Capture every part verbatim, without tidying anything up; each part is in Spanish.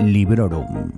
Librorum.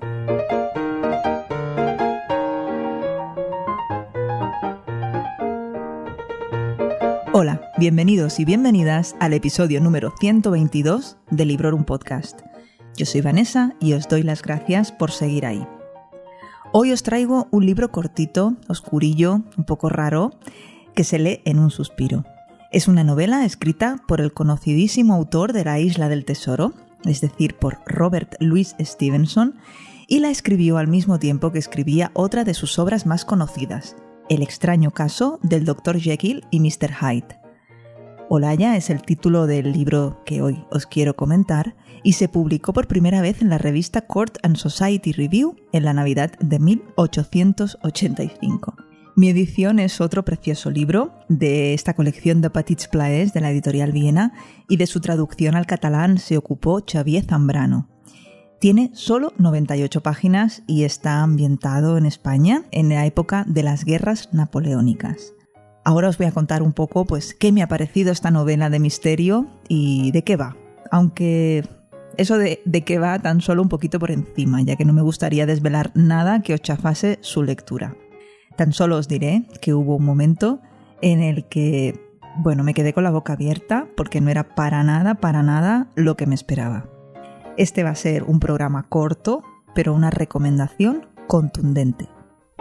Hola, bienvenidos y bienvenidas al episodio número ciento veintidós de Librorum Podcast. Yo soy Vanessa y os doy las gracias por seguir ahí. Hoy os traigo un libro cortito, oscurillo, un poco raro, que se lee en un suspiro. Es una novela escrita por el conocidísimo autor de La Isla del Tesoro, es decir, por Robert Louis Stevenson, y la escribió al mismo tiempo que escribía otra de sus obras más conocidas, El extraño caso del doctor Jekyll y mister Hyde. Olaya es el título del libro que hoy os quiero comentar y se publicó por primera vez en la revista Court and Society Review en la Navidad de mil ochocientos ochenta y cinco. Mi edición es otro precioso libro de esta colección de Petits Plaers de la editorial Viena y de su traducción al catalán se ocupó Xavier Zambrano. Tiene solo noventa y ocho páginas y está ambientado en España en la época de las guerras napoleónicas. Ahora os voy a contar un poco pues, qué me ha parecido esta novela de misterio y de qué va, aunque eso de, de qué va tan solo un poquito por encima, ya que no me gustaría desvelar nada que os chafase su lectura. Tan solo os diré que hubo un momento en el que, bueno, me quedé con la boca abierta porque no era para nada, para nada lo que me esperaba. Este va a ser un programa corto, pero una recomendación contundente.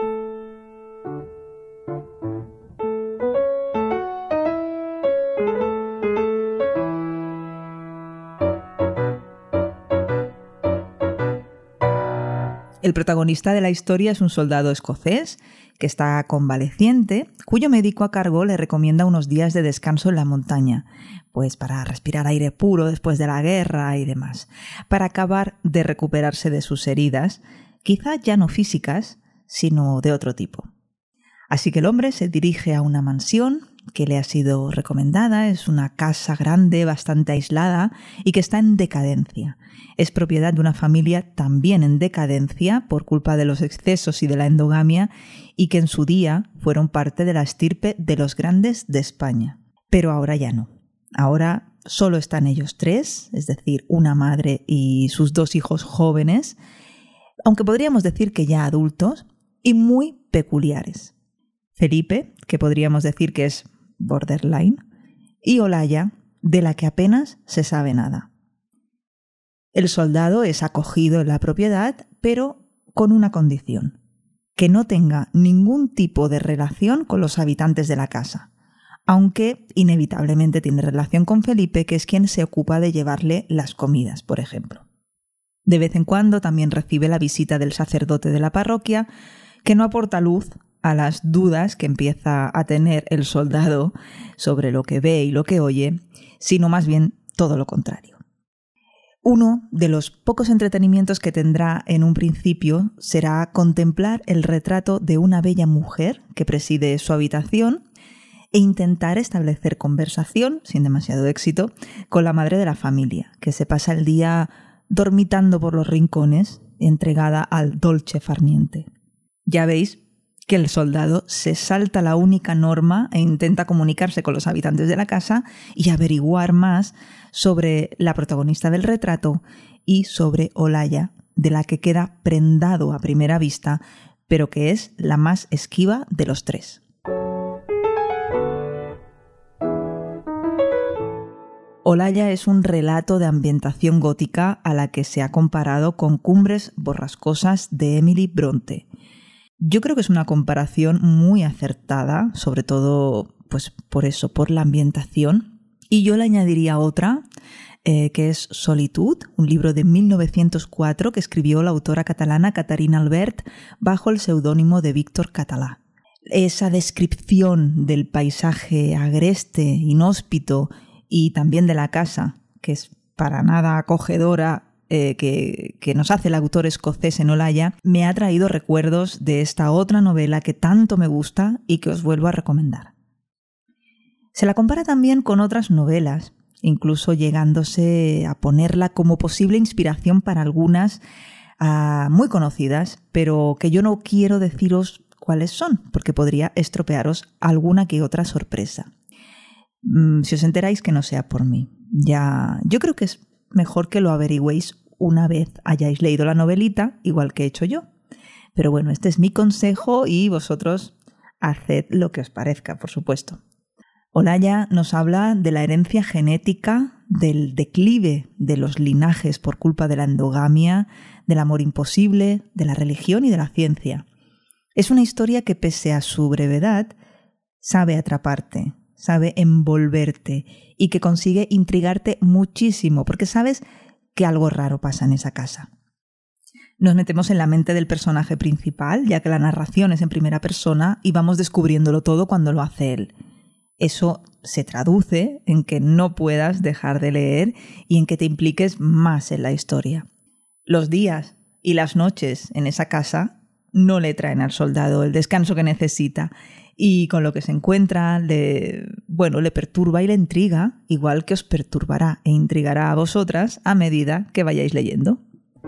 El protagonista de la historia es un soldado escocés que está convaleciente, cuyo médico a cargo le recomienda unos días de descanso en la montaña, pues para respirar aire puro después de la guerra y demás, para acabar de recuperarse de sus heridas, quizá ya no físicas, sino de otro tipo. Así que el hombre se dirige a una mansión que le ha sido recomendada, es una casa grande, bastante aislada y que está en decadencia. Es propiedad de una familia también en decadencia por culpa de los excesos y de la endogamia y que en su día fueron parte de la estirpe de los grandes de España. Pero ahora ya no. Ahora solo están ellos tres, es decir, una madre y sus dos hijos jóvenes, aunque podríamos decir que ya adultos y muy peculiares. Felipe, que podríamos decir que es borderline, y Olaya, de la que apenas se sabe nada. El soldado es acogido en la propiedad, pero con una condición, que no tenga ningún tipo de relación con los habitantes de la casa, aunque inevitablemente tiene relación con Felipe, que es quien se ocupa de llevarle las comidas, por ejemplo. De vez en cuando también recibe la visita del sacerdote de la parroquia, que no aporta luz a las dudas que empieza a tener el soldado sobre lo que ve y lo que oye, sino más bien todo lo contrario. Uno de los pocos entretenimientos que tendrá en un principio será contemplar el retrato de una bella mujer que preside su habitación e intentar establecer conversación, sin demasiado éxito, con la madre de la familia, que se pasa el día dormitando por los rincones, entregada al dolce far niente. Ya veis que el soldado se salta la única norma e intenta comunicarse con los habitantes de la casa y averiguar más sobre la protagonista del retrato y sobre Olaya, de la que queda prendado a primera vista, pero que es la más esquiva de los tres. Olaya es un relato de ambientación gótica a la que se ha comparado con Cumbres borrascosas de Emily Bronte. Yo creo que es una comparación muy acertada, sobre todo pues por eso, por la ambientación. Y yo le añadiría otra, eh, que es Solitud, un libro de mil novecientos cuatro que escribió la autora catalana Caterina Albert bajo el seudónimo de Víctor Català. Esa descripción del paisaje agreste, inhóspito y también de la casa, que es para nada acogedora, Eh, que, que nos hace el autor escocés en Olaya, me ha traído recuerdos de esta otra novela que tanto me gusta y que os vuelvo a recomendar. Se la compara también con otras novelas, incluso llegándose a ponerla como posible inspiración para algunas uh, muy conocidas, pero que yo no quiero deciros cuáles son, porque podría estropearos alguna que otra sorpresa. Mm, si os enteráis, que no sea por mí. Ya, yo creo que es mejor que lo averigüéis una vez hayáis leído la novelita, igual que he hecho yo. Pero bueno, este es mi consejo y vosotros haced lo que os parezca, por supuesto. Olaya nos habla de la herencia genética, del declive de los linajes por culpa de la endogamia, del amor imposible, de la religión y de la ciencia. Es una historia que, pese a su brevedad, sabe atraparte, sabe envolverte y que consigue intrigarte muchísimo porque sabes que algo raro pasa en esa casa. Nos metemos en la mente del personaje principal, ya que la narración es en primera persona y vamos descubriéndolo todo cuando lo hace él. Eso se traduce en que no puedas dejar de leer y en que te impliques más en la historia. Los días y las noches en esa casa no le traen al soldado el descanso que necesita y con lo que se encuentra le, bueno, le perturba y le intriga, igual que os perturbará e intrigará a vosotras a medida que vayáis leyendo.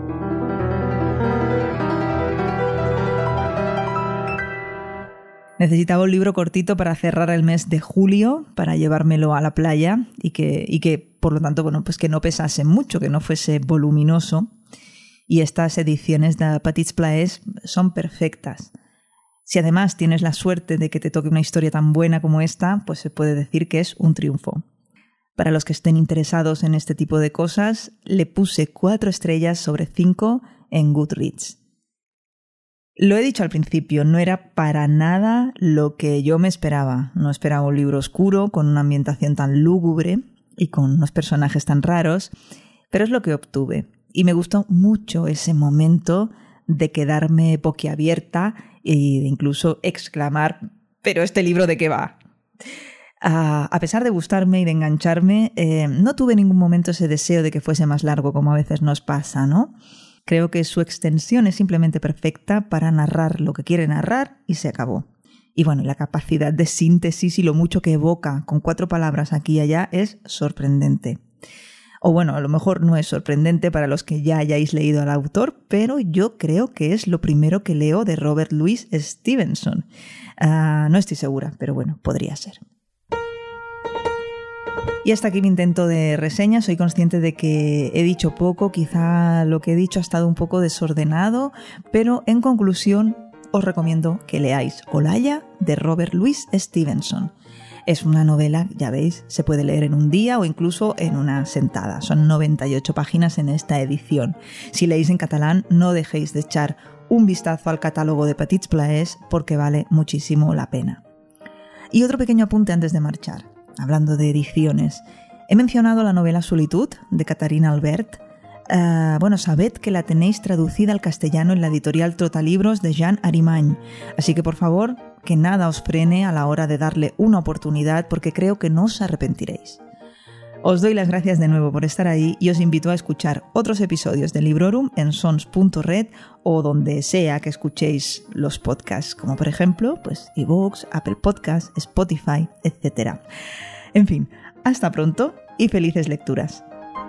Necesitaba un libro cortito para cerrar el mes de julio, para llevármelo a la playa y que, y que por lo tanto, bueno, pues que no pesase mucho, que no fuese voluminoso. Y estas ediciones de Petits Plaers son perfectas. Si además tienes la suerte de que te toque una historia tan buena como esta, pues se puede decir que es un triunfo. Para los que estén interesados en este tipo de cosas, le puse cuatro estrellas sobre cinco en Goodreads. Lo he dicho al principio, no era para nada lo que yo me esperaba. No esperaba un libro oscuro, con una ambientación tan lúgubre y con unos personajes tan raros, pero es lo que obtuve. Y me gustó mucho ese momento de quedarme boquiabierta e incluso exclamar, ¿pero este libro de qué va? Uh, a pesar de gustarme y de engancharme, eh, no tuve en ningún momento ese deseo de que fuese más largo, como a veces nos pasa, ¿no? Creo que su extensión es simplemente perfecta para narrar lo que quiere narrar y se acabó. Y bueno, la capacidad de síntesis y lo mucho que evoca con cuatro palabras aquí y allá es sorprendente. O bueno, a lo mejor no es sorprendente para los que ya hayáis leído al autor, pero yo creo que es lo primero que leo de Robert Louis Stevenson. Uh, no estoy segura, pero bueno, podría ser. Y hasta aquí mi intento de reseña. Soy consciente de que he dicho poco, quizá lo que he dicho ha estado un poco desordenado, pero en conclusión os recomiendo que leáis Olaya de Robert Louis Stevenson. Es una novela, ya veis, se puede leer en un día o incluso en una sentada. Son noventa y ocho páginas en esta edición. Si leéis en catalán, no dejéis de echar un vistazo al catálogo de Petits Plaers porque vale muchísimo la pena. Y otro pequeño apunte antes de marchar. Hablando de ediciones, he mencionado la novela Solitud de Caterina Albert. Uh, bueno, sabed que la tenéis traducida al castellano en la editorial Trotalibros de Jean Arimany, así que por favor, que nada os frene a la hora de darle una oportunidad porque creo que no os arrepentiréis. Os doy las gracias de nuevo por estar ahí y os invito a escuchar otros episodios de Librorum en sons punto red o donde sea que escuchéis los podcasts, como por ejemplo, pues iVoox, Apple Podcasts, Spotify, etcétera. En fin, hasta pronto y felices lecturas.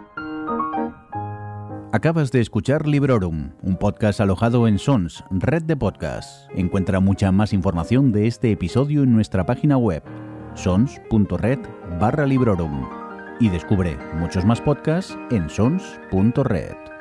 Acabas de escuchar Librorum, un podcast alojado en Sons, red de podcasts. Encuentra mucha más información de este episodio en nuestra página web, sons punto red barra Librorum. Y descubre muchos más podcasts en sons punto red.